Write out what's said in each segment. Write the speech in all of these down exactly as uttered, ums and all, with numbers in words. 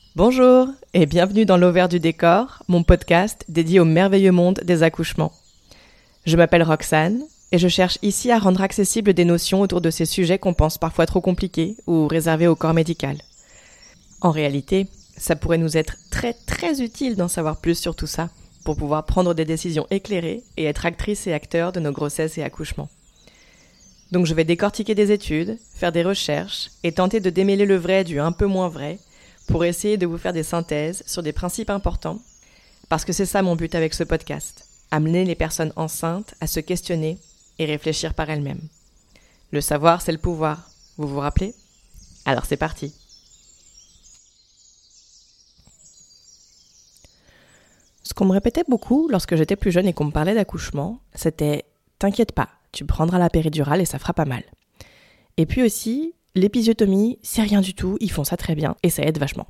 Bonjour et bienvenue dans l'Auvers du décor, mon podcast dédié au merveilleux monde des accouchements. Je m'appelle Roxane et je cherche ici à rendre accessibles des notions autour de ces sujets qu'on pense parfois trop compliqués ou réservés au corps médical. En réalité, ça pourrait nous être très très utile d'en savoir plus sur tout ça pour pouvoir prendre des décisions éclairées et être actrices et acteurs de nos grossesses et accouchements. Donc je vais décortiquer des études, faire des recherches et tenter de démêler le vrai du un peu moins vrai pour essayer de vous faire des synthèses sur des principes importants, parce que c'est ça mon but avec ce podcast, amener les personnes enceintes à se questionner et réfléchir par elles-mêmes. Le savoir, c'est le pouvoir, vous vous rappelez ? Alors c'est parti. Ce qu'on me répétait beaucoup lorsque j'étais plus jeune et qu'on me parlait d'accouchement, c'était « t'inquiète pas, tu prendras la péridurale et ça fera pas mal ». Et puis aussi, l'épisiotomie, c'est rien du tout, ils font ça très bien et ça aide vachement.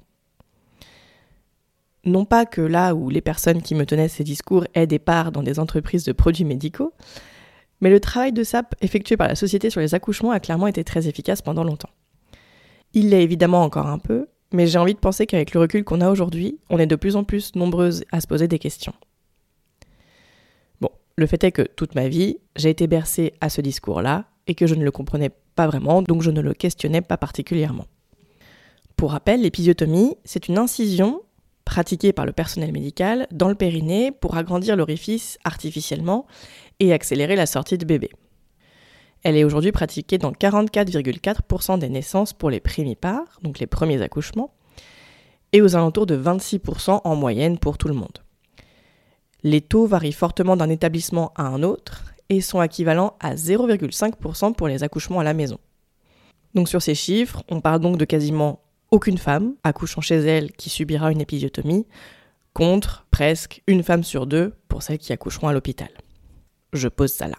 Non pas que là où les personnes qui me tenaient ces discours aient des parts dans des entreprises de produits médicaux, mais le travail de S A P effectué par la Société sur les accouchements a clairement été très efficace pendant longtemps. Il l'est évidemment encore un peu, mais j'ai envie de penser qu'avec le recul qu'on a aujourd'hui, on est de plus en plus nombreuses à se poser des questions. Bon, le fait est que toute ma vie, j'ai été bercée à ce discours-là et que je ne le comprenais pas vraiment, donc je ne le questionnais pas particulièrement. Pour rappel, l'épisiotomie, c'est une incision pratiquée par le personnel médical dans le périnée pour agrandir l'orifice artificiellement et accélérer la sortie de bébé. Elle est aujourd'hui pratiquée dans quarante-quatre virgule quatre pour cent des naissances pour les primipares, donc les premiers accouchements, et aux alentours de vingt-six pour cent en moyenne pour tout le monde. Les taux varient fortement d'un établissement à un autre et sont équivalents à zéro virgule cinq pour cent pour les accouchements à la maison. Donc sur ces chiffres, on parle donc de quasiment aucune femme accouchant chez elle qui subira une épisiotomie, contre presque une femme sur deux pour celles qui accoucheront à l'hôpital. Je pose ça là.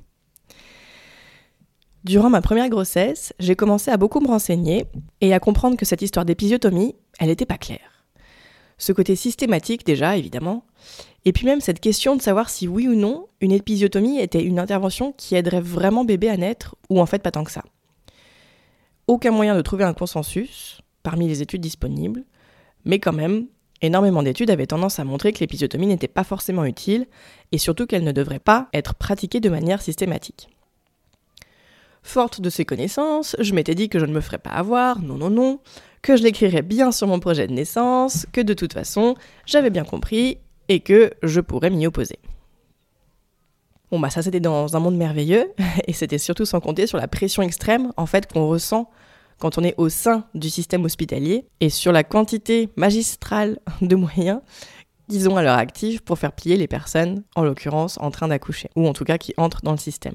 Durant ma première grossesse, j'ai commencé à beaucoup me renseigner et à comprendre que cette histoire d'épisiotomie, elle n'était pas claire. Ce côté systématique déjà, évidemment, et puis même cette question de savoir si oui ou non, une épisiotomie était une intervention qui aiderait vraiment bébé à naître ou en fait pas tant que ça. Aucun moyen de trouver un consensus parmi les études disponibles, mais quand même, énormément d'études avaient tendance à montrer que l'épisiotomie n'était pas forcément utile et surtout qu'elle ne devrait pas être pratiquée de manière systématique. Forte de ces connaissances, je m'étais dit que je ne me ferais pas avoir, non non non, que je l'écrirais bien sur mon projet de naissance, que de toute façon, j'avais bien compris et que je pourrais m'y opposer. Bon bah ça c'était dans un monde merveilleux, et c'était surtout sans compter sur la pression extrême en fait qu'on ressent quand on est au sein du système hospitalier et sur la quantité magistrale de moyens qu'ils ont à leur actif pour faire plier les personnes, en l'occurrence en train d'accoucher, ou en tout cas qui entrent dans le système.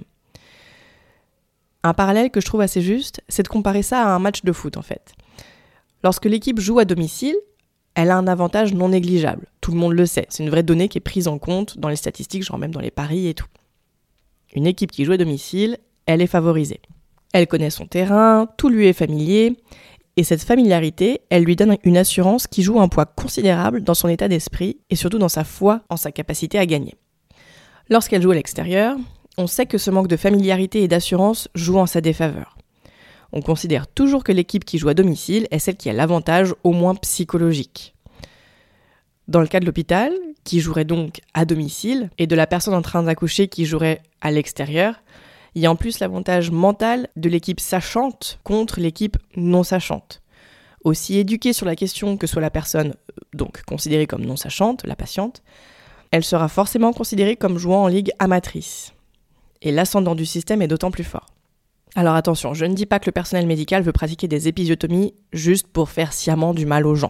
Un parallèle que je trouve assez juste, c'est de comparer ça à un match de foot en fait. Lorsque l'équipe joue à domicile, elle a un avantage non négligeable. Tout le monde le sait, c'est une vraie donnée qui est prise en compte dans les statistiques, genre même dans les paris et tout. Une équipe qui joue à domicile, elle est favorisée. Elle connaît son terrain, tout lui est familier, et cette familiarité, elle lui donne une assurance qui joue un poids considérable dans son état d'esprit et surtout dans sa foi en sa capacité à gagner. Lorsqu'elle joue à l'extérieur, on sait que ce manque de familiarité et d'assurance joue en sa défaveur. On considère toujours que l'équipe qui joue à domicile est celle qui a l'avantage au moins psychologique. Dans le cas de l'hôpital, qui jouerait donc à domicile, et de la personne en train d'accoucher qui jouerait à l'extérieur, il y a en plus l'avantage mental de l'équipe sachante contre l'équipe non sachante. Aussi éduquée sur la question que soit la personne, donc considérée comme non sachante, la patiente, elle sera forcément considérée comme jouant en ligue amatrice. Et l'ascendant du système est d'autant plus fort. Alors attention, je ne dis pas que le personnel médical veut pratiquer des épisiotomies juste pour faire sciemment du mal aux gens.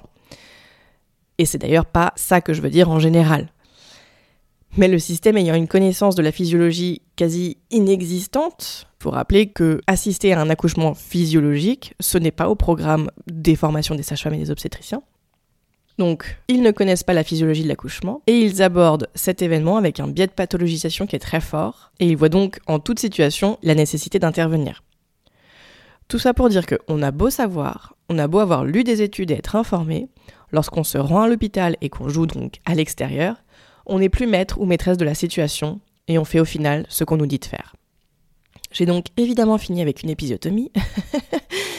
Et c'est d'ailleurs pas ça que je veux dire en général. Mais le système ayant une connaissance de la physiologie quasi inexistante, il faut rappeler que assister à un accouchement physiologique, ce n'est pas au programme des formations des sages-femmes et des obstétriciens. Donc, ils ne connaissent pas la physiologie de l'accouchement et ils abordent cet événement avec un biais de pathologisation qui est très fort et ils voient donc en toute situation la nécessité d'intervenir. Tout ça pour dire qu'on a beau savoir, on a beau avoir lu des études et être informé, lorsqu'on se rend à l'hôpital et qu'on joue donc à l'extérieur, on n'est plus maître ou maîtresse de la situation et on fait au final ce qu'on nous dit de faire. J'ai donc évidemment fini avec une épisiotomie.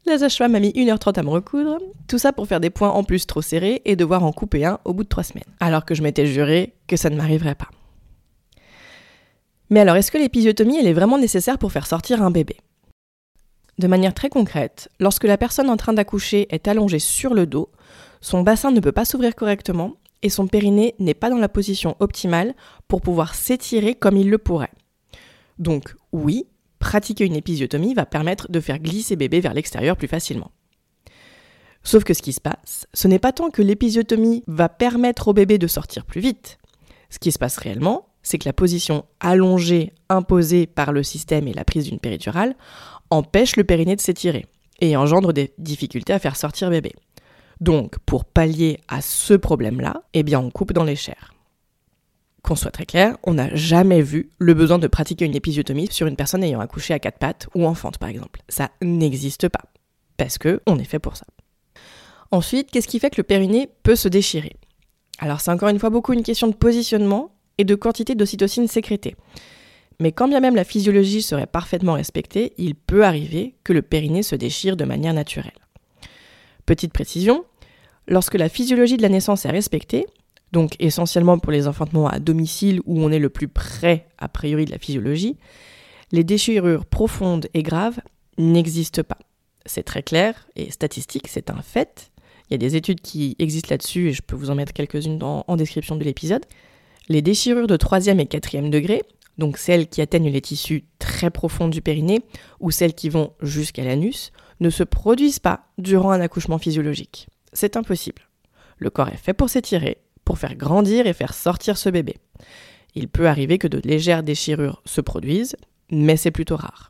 La sage-femme a mis une heure trente à me recoudre, tout ça pour faire des points en plus trop serrés et devoir en couper un au bout de trois semaines, alors que je m'étais juré que ça ne m'arriverait pas. Mais alors, est-ce que l'épisiotomie, elle est vraiment nécessaire pour faire sortir un bébé ? De manière très concrète, lorsque la personne en train d'accoucher est allongée sur le dos, son bassin ne peut pas s'ouvrir correctement et son périnée n'est pas dans la position optimale pour pouvoir s'étirer comme il le pourrait. Donc oui, pratiquer une épisiotomie va permettre de faire glisser bébé vers l'extérieur plus facilement. Sauf que ce qui se passe, ce n'est pas tant que l'épisiotomie va permettre au bébé de sortir plus vite. Ce qui se passe réellement, c'est que la position allongée imposée par le système et la prise d'une péridurale empêche le périnée de s'étirer et engendre des difficultés à faire sortir bébé. Donc, pour pallier à ce problème-là, eh bien, on coupe dans les chairs. Qu'on soit très clair, on n'a jamais vu le besoin de pratiquer une épisiotomie sur une personne ayant accouché à quatre pattes ou enfante, par exemple. Ça n'existe pas, parce qu'on est fait pour ça. Ensuite, qu'est-ce qui fait que le périnée peut se déchirer ? Alors, c'est encore une fois beaucoup une question de positionnement et de quantité d'ocytocine sécrétée. Mais quand bien même la physiologie serait parfaitement respectée, il peut arriver que le périnée se déchire de manière naturelle. Petite précision, lorsque la physiologie de la naissance est respectée, donc essentiellement pour les enfantements à domicile où on est le plus près a priori de la physiologie, les déchirures profondes et graves n'existent pas. C'est très clair et statistique, c'est un fait. Il y a des études qui existent là-dessus et je peux vous en mettre quelques-unes dans, en description de l'épisode. Les déchirures de troisième et quatrième degré, donc celles qui atteignent les tissus très profonds du périnée ou celles qui vont jusqu'à l'anus, ne se produisent pas durant un accouchement physiologique. C'est impossible. Le corps est fait pour s'étirer, pour faire grandir et faire sortir ce bébé. Il peut arriver que de légères déchirures se produisent, mais c'est plutôt rare.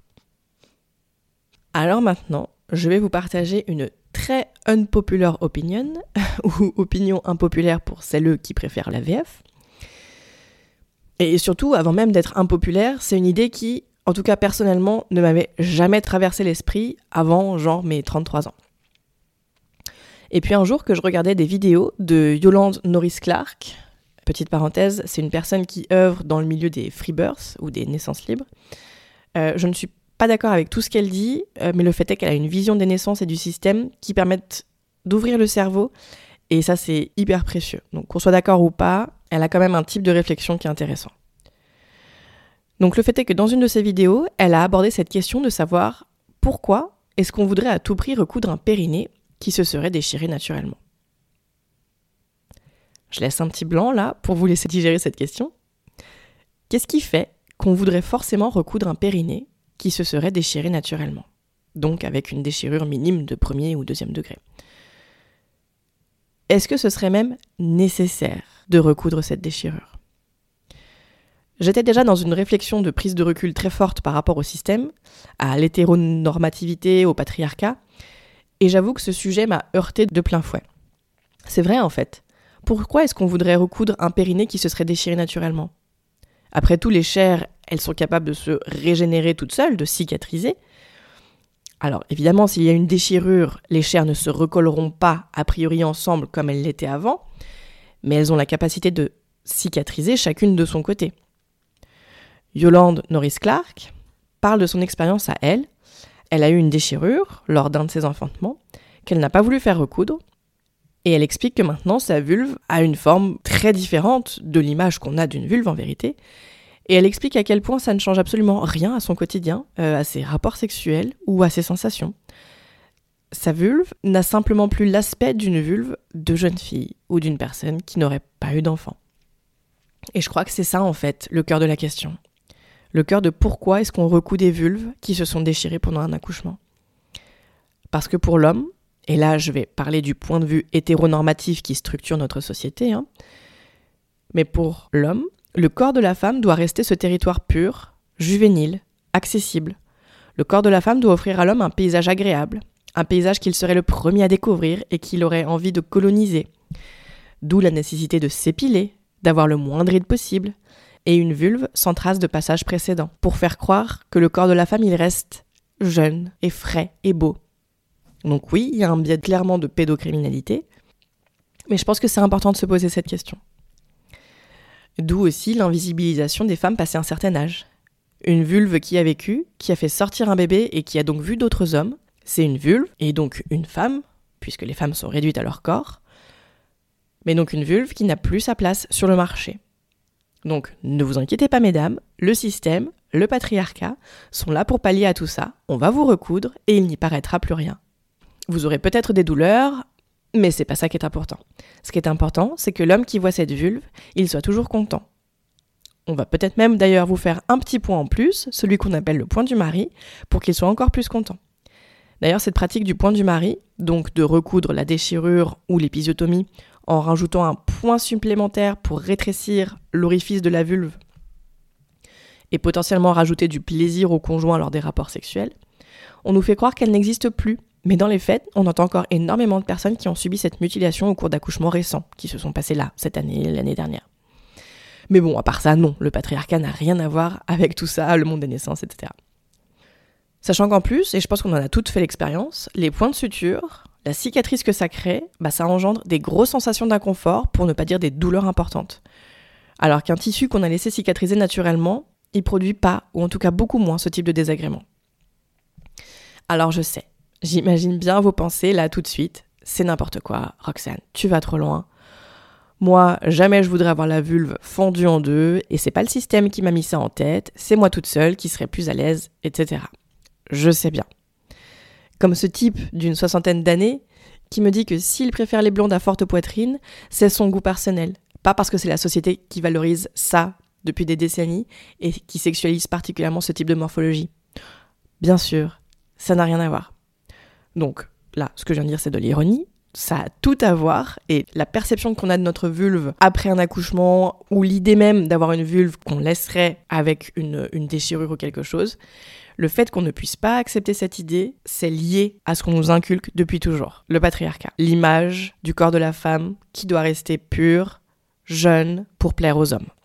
Alors maintenant, je vais vous partager une très unpopular opinion, ou opinion impopulaire pour celles qui préfèrent la V F. Et surtout, avant même d'être impopulaire, c'est une idée qui, en tout cas personnellement, ne m'avait jamais traversé l'esprit avant genre mes trente-trois ans. Et puis un jour que je regardais des vidéos de Yolande Norris-Clarke, petite parenthèse, c'est une personne qui œuvre dans le milieu des free births ou des naissances libres. Euh, je ne suis pas d'accord avec tout ce qu'elle dit, euh, mais le fait est qu'elle a une vision des naissances et du système qui permettent d'ouvrir le cerveau, et ça c'est hyper précieux. Donc qu'on soit d'accord ou pas, elle a quand même un type de réflexion qui est intéressant. Donc le fait est que dans une de ses vidéos, elle a abordé cette question de savoir pourquoi est-ce qu'on voudrait à tout prix recoudre un périnée qui se serait déchiré naturellement. Je laisse un petit blanc là pour vous laisser digérer cette question. Qu'est-ce qui fait qu'on voudrait forcément recoudre un périnée qui se serait déchiré naturellement ? Donc avec une déchirure minime de premier ou deuxième degré. Est-ce que ce serait même nécessaire de recoudre cette déchirure ? J'étais déjà dans une réflexion de prise de recul très forte par rapport au système, à l'hétéronormativité, au patriarcat, et j'avoue que ce sujet m'a heurté de plein fouet. C'est vrai en fait. Pourquoi est-ce qu'on voudrait recoudre un périnée qui se serait déchiré naturellement ? Après tout, les chairs, elles sont capables de se régénérer toutes seules, de cicatriser. Alors évidemment, s'il y a une déchirure, les chairs ne se recolleront pas a priori ensemble comme elles l'étaient avant, mais elles ont la capacité de cicatriser chacune de son côté. Yolande Norris-Clarke parle de son expérience à elle. Elle a eu une déchirure lors d'un de ses enfantements qu'elle n'a pas voulu faire recoudre et elle explique que maintenant sa vulve a une forme très différente de l'image qu'on a d'une vulve en vérité et elle explique à quel point ça ne change absolument rien à son quotidien, euh, à ses rapports sexuels ou à ses sensations. Sa vulve n'a simplement plus l'aspect d'une vulve de jeune fille ou d'une personne qui n'aurait pas eu d'enfant. Et je crois que c'est ça en fait le cœur de la question. Le cœur de pourquoi est-ce qu'on recoud des vulves qui se sont déchirées pendant un accouchement. Parce que pour l'homme, et là je vais parler du point de vue hétéronormatif qui structure notre société, hein, mais pour l'homme, le corps de la femme doit rester ce territoire pur, juvénile, accessible. Le corps de la femme doit offrir à l'homme un paysage agréable, un paysage qu'il serait le premier à découvrir et qu'il aurait envie de coloniser. D'où la nécessité de s'épiler, d'avoir le moins de rides possible, et une vulve sans trace de passage précédent, pour faire croire que le corps de la femme, il reste jeune et frais et beau. Donc oui, il y a un biais clairement de pédocriminalité, mais je pense que c'est important de se poser cette question. D'où aussi l'invisibilisation des femmes passées un certain âge. Une vulve qui a vécu, qui a fait sortir un bébé et qui a donc vu d'autres hommes, c'est une vulve, et donc une femme, puisque les femmes sont réduites à leur corps, mais donc une vulve qui n'a plus sa place sur le marché. Donc ne vous inquiétez pas mesdames, le système, le patriarcat sont là pour pallier à tout ça, on va vous recoudre et il n'y paraîtra plus rien. Vous aurez peut-être des douleurs, mais c'est pas ça qui est important. Ce qui est important, c'est que l'homme qui voit cette vulve, il soit toujours content. On va peut-être même d'ailleurs vous faire un petit point en plus, celui qu'on appelle le point du mari, pour qu'il soit encore plus content. D'ailleurs, cette pratique du point du mari, donc de recoudre la déchirure ou l'épisiotomie en rajoutant un point supplémentaire pour rétrécir l'orifice de la vulve et potentiellement rajouter du plaisir au conjoint lors des rapports sexuels, on nous fait croire qu'elle n'existe plus. Mais dans les faits, on entend encore énormément de personnes qui ont subi cette mutilation au cours d'accouchements récents, qui se sont passés là, cette année, l'année dernière. Mais bon, à part ça, non, le patriarcat n'a rien à voir avec tout ça, le monde des naissances, et cetera. Sachant qu'en plus, et je pense qu'on en a toutes fait l'expérience, les points de suture, la cicatrice que ça crée, bah ça engendre des grosses sensations d'inconfort, pour ne pas dire des douleurs importantes. Alors qu'un tissu qu'on a laissé cicatriser naturellement, il produit pas, ou en tout cas beaucoup moins, ce type de désagrément. Alors je sais, j'imagine bien vos pensées là tout de suite, c'est n'importe quoi, Roxane, tu vas trop loin. Moi, jamais je voudrais avoir la vulve fendue en deux, et c'est pas le système qui m'a mis ça en tête, c'est moi toute seule qui serais plus à l'aise, et cetera. Je sais bien. Comme ce type d'une soixantaine d'années qui me dit que s'il préfère les blondes à forte poitrine, c'est son goût personnel. Pas parce que c'est la société qui valorise ça depuis des décennies et qui sexualise particulièrement ce type de morphologie. Bien sûr, ça n'a rien à voir. Donc là, ce que je viens de dire, c'est de l'ironie. Ça a tout à voir, et la perception qu'on a de notre vulve après un accouchement, ou l'idée même d'avoir une vulve qu'on laisserait avec une, une déchirure ou quelque chose, le fait qu'on ne puisse pas accepter cette idée, c'est lié à ce qu'on nous inculque depuis toujours, le patriarcat. L'image du corps de la femme qui doit rester pure, jeune, pour plaire aux hommes.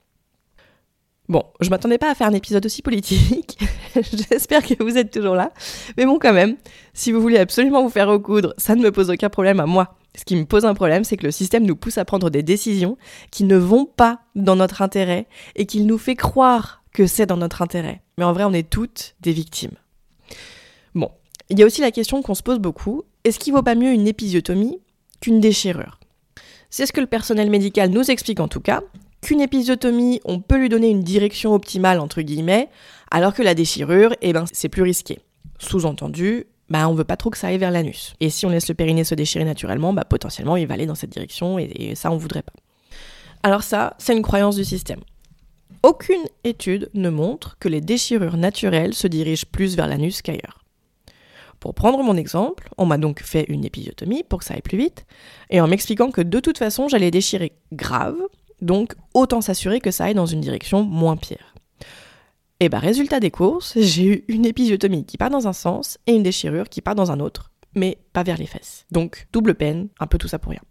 Bon, je m'attendais pas à faire un épisode aussi politique, j'espère que vous êtes toujours là, mais bon quand même, si vous voulez absolument vous faire recoudre, ça ne me pose aucun problème à moi. Ce qui me pose un problème, c'est que le système nous pousse à prendre des décisions qui ne vont pas dans notre intérêt et qu'il nous fait croire que c'est dans notre intérêt. Mais en vrai, on est toutes des victimes. Bon, il y a aussi la question qu'on se pose beaucoup, est-ce qu'il vaut pas mieux une épisiotomie qu'une déchirure ? C'est ce que le personnel médical nous explique en tout cas, qu'une épisiotomie, on peut lui donner une direction optimale, entre guillemets, alors que la déchirure, eh ben, c'est plus risqué. Sous-entendu, bah, on veut pas trop que ça aille vers l'anus. Et si on laisse le périnée se déchirer naturellement, bah, potentiellement, il va aller dans cette direction, et, et ça, on voudrait pas. Alors ça, c'est une croyance du système. Aucune étude ne montre que les déchirures naturelles se dirigent plus vers l'anus qu'ailleurs. Pour prendre mon exemple, on m'a donc fait une épisiotomie pour que ça aille plus vite, et en m'expliquant que de toute façon, j'allais déchirer grave, donc autant s'assurer que ça aille dans une direction moins pire. Et bah résultat des courses, j'ai eu une épisiotomie qui part dans un sens et une déchirure qui part dans un autre, mais pas vers les fesses. Donc double peine, un peu tout ça pour rien.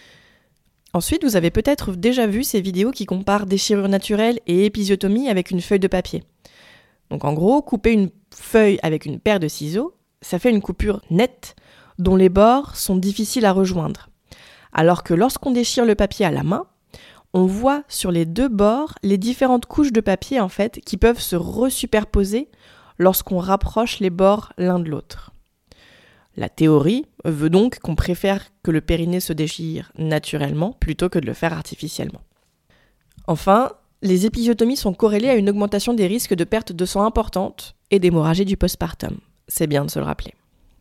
Ensuite, vous avez peut-être déjà vu ces vidéos qui comparent déchirure naturelle et épisiotomie avec une feuille de papier. Donc en gros, couper une feuille avec une paire de ciseaux, ça fait une coupure nette dont les bords sont difficiles à rejoindre. Alors que lorsqu'on déchire le papier à la main, on voit sur les deux bords les différentes couches de papier en fait qui peuvent se resuperposer lorsqu'on rapproche les bords l'un de l'autre. La théorie veut donc qu'on préfère que le périnée se déchire naturellement plutôt que de le faire artificiellement. Enfin, les épisiotomies sont corrélées à une augmentation des risques de perte de sang importante et d'hémorragie du postpartum. C'est bien de se le rappeler.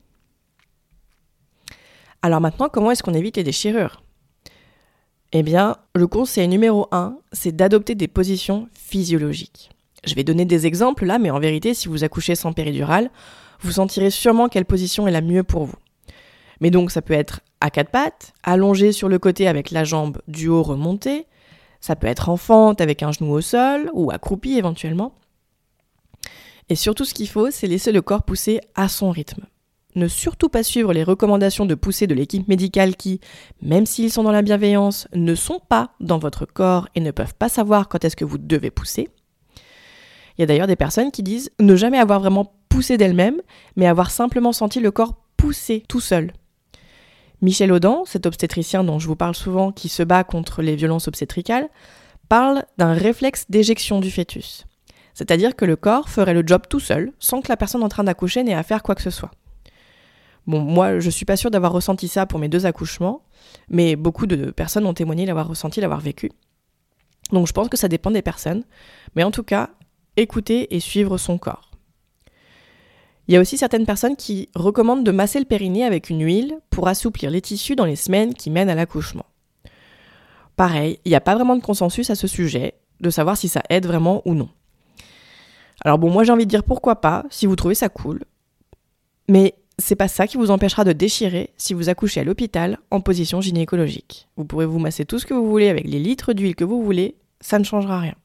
Alors maintenant, comment est-ce qu'on évite les déchirures ? Eh bien, le conseil numéro un, c'est d'adopter des positions physiologiques. Je vais donner des exemples là, mais en vérité, si vous accouchez sans péridurale, vous sentirez sûrement quelle position est la mieux pour vous. Mais donc, ça peut être à quatre pattes, allongé sur le côté avec la jambe du haut remontée, ça peut être en fente avec un genou au sol, ou accroupi éventuellement. Et surtout, ce qu'il faut, c'est laisser le corps pousser à son rythme. Ne surtout pas suivre les recommandations de poussée de l'équipe médicale qui, même s'ils sont dans la bienveillance, ne sont pas dans votre corps et ne peuvent pas savoir quand est-ce que vous devez pousser. Il y a d'ailleurs des personnes qui disent ne jamais avoir vraiment poussé d'elles-mêmes, mais avoir simplement senti le corps pousser tout seul. Michel Audin, cet obstétricien dont je vous parle souvent qui se bat contre les violences obstétricales, parle d'un réflexe d'éjection du fœtus. C'est-à-dire que le corps ferait le job tout seul, sans que la personne en train d'accoucher n'ait à faire quoi que ce soit. Bon, moi, je suis pas sûre d'avoir ressenti ça pour mes deux accouchements, mais beaucoup de personnes ont témoigné l'avoir ressenti, l'avoir vécu. Donc je pense que ça dépend des personnes, mais en tout cas, écouter et suivre son corps. Il y a aussi certaines personnes qui recommandent de masser le périnée avec une huile pour assouplir les tissus dans les semaines qui mènent à l'accouchement. Pareil, il n'y a pas vraiment de consensus à ce sujet, de savoir si ça aide vraiment ou non. Alors bon, moi j'ai envie de dire pourquoi pas, si vous trouvez ça cool, mais c'est pas ça qui vous empêchera de déchirer si vous accouchez à l'hôpital en position gynécologique. Vous pourrez vous masser tout ce que vous voulez avec les litres d'huile que vous voulez, ça ne changera rien.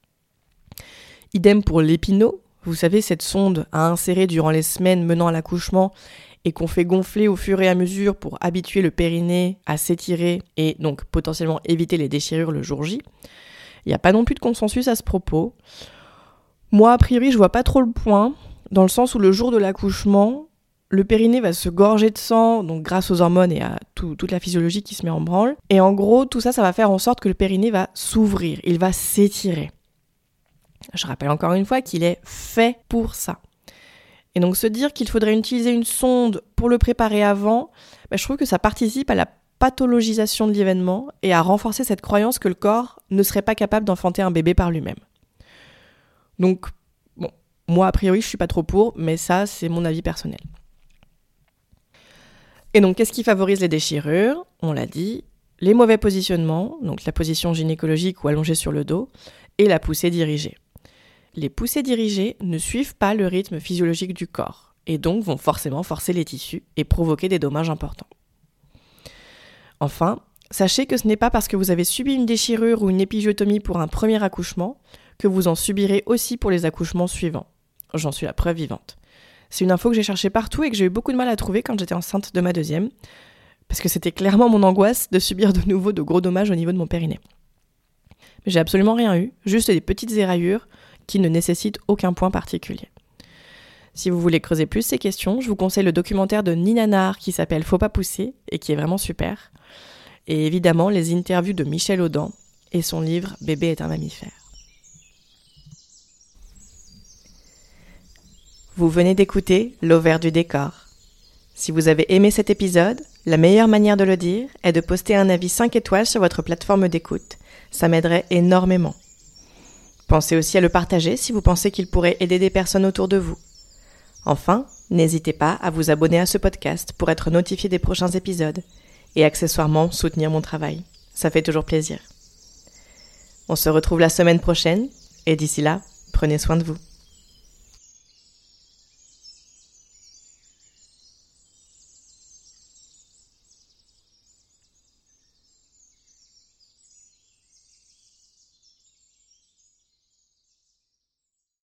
Idem pour l'épinot, vous savez, cette sonde à insérer durant les semaines menant à l'accouchement et qu'on fait gonfler au fur et à mesure pour habituer le périnée à s'étirer et donc potentiellement éviter les déchirures le jour J. Il n'y a pas non plus de consensus à ce propos. Moi, a priori, je vois pas trop le point, dans le sens où le jour de l'accouchement, le périnée va se gorger de sang, donc grâce aux hormones et à tout, toute la physiologie qui se met en branle. Et en gros, tout ça, ça va faire en sorte que le périnée va s'ouvrir, il va s'étirer. Je rappelle encore une fois qu'il est fait pour ça. Et donc se dire qu'il faudrait utiliser une sonde pour le préparer avant, bah, je trouve que ça participe à la pathologisation de l'événement et à renforcer cette croyance que le corps ne serait pas capable d'enfanter un bébé par lui-même. Donc, bon, moi a priori je suis pas trop pour, mais ça c'est mon avis personnel. Et donc, qu'est-ce qui favorise les déchirures ? On l'a dit, les mauvais positionnements, donc la position gynécologique ou allongée sur le dos, et la poussée dirigée. Les poussées dirigées ne suivent pas le rythme physiologique du corps, et donc vont forcément forcer les tissus et provoquer des dommages importants. Enfin, sachez que ce n'est pas parce que vous avez subi une déchirure ou une épigiotomie pour un premier accouchement que vous en subirez aussi pour les accouchements suivants. J'en suis la preuve vivante. C'est une info que j'ai cherchée partout et que j'ai eu beaucoup de mal à trouver quand j'étais enceinte de ma deuxième, parce que c'était clairement mon angoisse de subir de nouveau de gros dommages au niveau de mon périnée. Mais j'ai absolument rien eu, juste des petites éraillures qui ne nécessitent aucun point particulier. Si vous voulez creuser plus ces questions, je vous conseille le documentaire de Nina Nahr qui s'appelle « Faut pas pousser » et qui est vraiment super. Et évidemment, les interviews de Michel Audin et son livre « Bébé est un mammifère ». Vous venez d'écouter L'Ovaire du décor. Si vous avez aimé cet épisode, la meilleure manière de le dire est de poster un avis cinq étoiles sur votre plateforme d'écoute. Ça m'aiderait énormément. Pensez aussi à le partager si vous pensez qu'il pourrait aider des personnes autour de vous. Enfin, n'hésitez pas à vous abonner à ce podcast pour être notifié des prochains épisodes et accessoirement soutenir mon travail. Ça fait toujours plaisir. On se retrouve la semaine prochaine et d'ici là, prenez soin de vous.